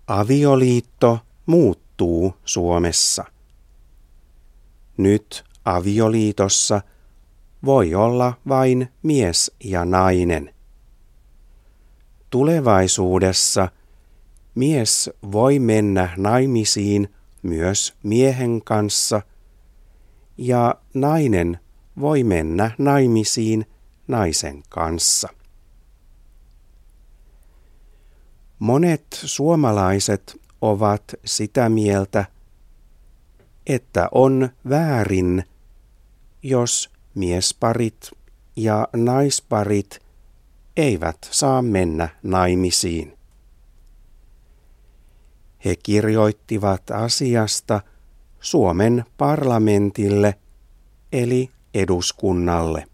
Avioliitto muuttuu Suomessa. Nyt avioliitossa voi olla vain mies ja nainen. Tulevaisuudessa mies voi mennä naimisiin myös miehen kanssa ja nainen voi mennä naimisiin naisen kanssa. Monet suomalaiset ovat sitä mieltä, että on väärin, jos miesparit ja naisparit eivät saa mennä naimisiin. He kirjoittivat asiasta Suomen parlamentille eli eduskunnalle.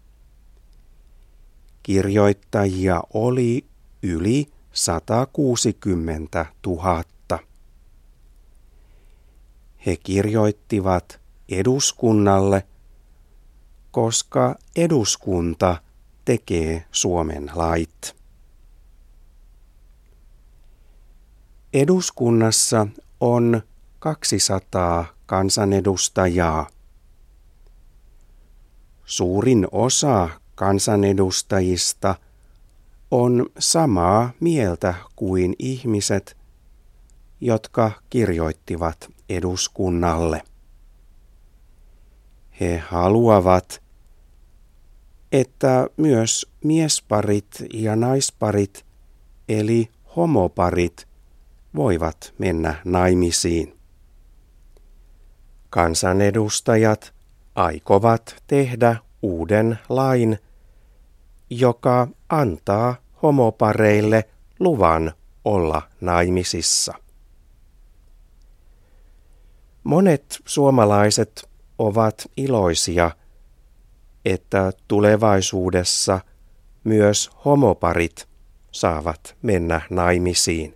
Kirjoittajia oli yli 160 000. He kirjoittivat eduskunnalle, koska eduskunta tekee Suomen lait. Eduskunnassa on 200 kansanedustajaa. Suurin osa kansanedustajista on samaa mieltä kuin ihmiset, jotka kirjoittivat eduskunnalle. He haluavat, että myös miesparit ja naisparit eli homoparit voivat mennä naimisiin. Kansanedustajat aikovat tehdä uuden lain, joka antaa homopareille luvan olla naimisissa. Monet suomalaiset ovat iloisia, että tulevaisuudessa myös homoparit saavat mennä naimisiin.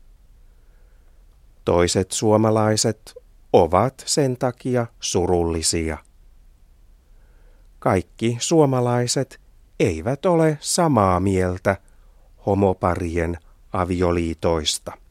Toiset suomalaiset ovat sen takia surullisia. Kaikki suomalaiset eivät ole samaa mieltä homoparien avioliitoista.